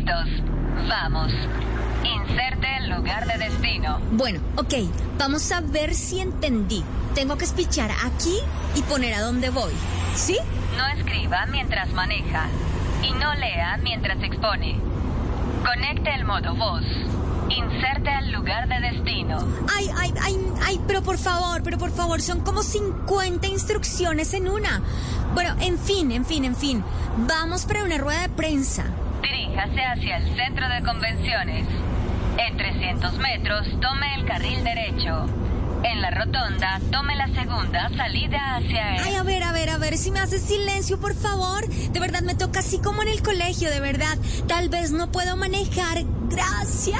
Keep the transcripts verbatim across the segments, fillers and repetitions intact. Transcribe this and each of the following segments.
listos. Vamos. Inserte el lugar de destino. Bueno, ok. Vamos a ver si entendí. Tengo que espichar aquí y poner a dónde voy. ¿Sí? No escriba mientras maneja. Y no lea mientras expone. Conecte el modo voz. Inserte al lugar de destino. Ay, ay, ay, ay, pero por favor, pero por favor, son como cincuenta instrucciones en una. Bueno, en fin, en fin, en fin. Vamos para una rueda de prensa. Diríjase hacia el centro de convenciones. En trescientos metros, tome el carril derecho. En la rotonda, tome la segunda salida hacia él. Ay, a ver, a ver, a ver, si me haces silencio, por favor. De verdad, me toca así como en el colegio, de verdad. Tal vez no puedo manejar. Gracias.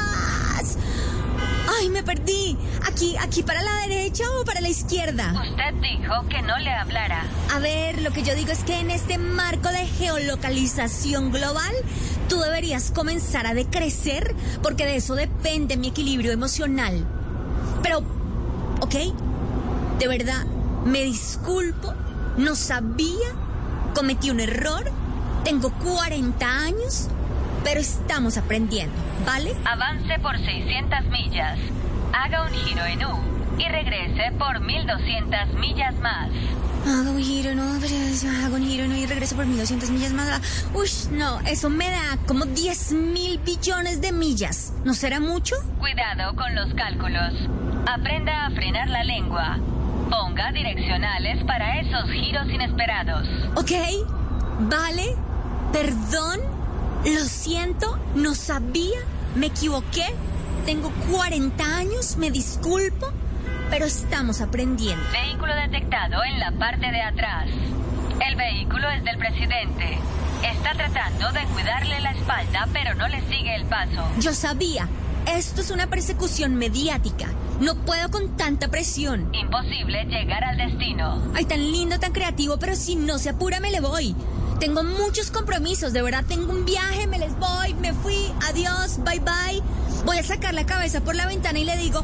Ay, me perdí. Aquí, aquí para la derecha o para la izquierda. Usted dijo que no le hablara. A ver, lo que yo digo es que en este marco de geolocalización global, tú deberías comenzar a decrecer, porque de eso depende mi equilibrio emocional. Pero, ¿ok? De verdad, me disculpo, no sabía, cometí un error, tengo cuarenta años, pero estamos aprendiendo, ¿vale? Avance por seiscientas millas, haga un giro en U y regrese por mil doscientas millas más. Hago un giro, no, pero hago un giro, no, y regreso por mil doscientas millas más. Uy, no, eso me da como diez mil billones de millas. ¿No será mucho? Cuidado con los cálculos. Aprenda a frenar la lengua. Ponga direccionales para esos giros inesperados. Ok, vale, perdón, lo siento, no sabía, me equivoqué, tengo cuarenta años, me disculpo, pero estamos aprendiendo. Vehículo detectado en la parte de atrás. El vehículo es del presidente. Está tratando de cuidarle la espalda, pero no le sigue el paso. Yo sabía. Esto es una persecución mediática. No puedo con tanta presión. Imposible llegar al destino. Ay, tan lindo, tan creativo, pero si no se apura me le voy. Tengo muchos compromisos, de verdad, tengo un viaje, me les voy, me fui, adiós, bye bye. Voy a sacar la cabeza por la ventana y le digo...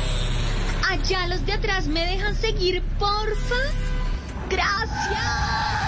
Allá los de atrás me dejan seguir, porfa. Gracias.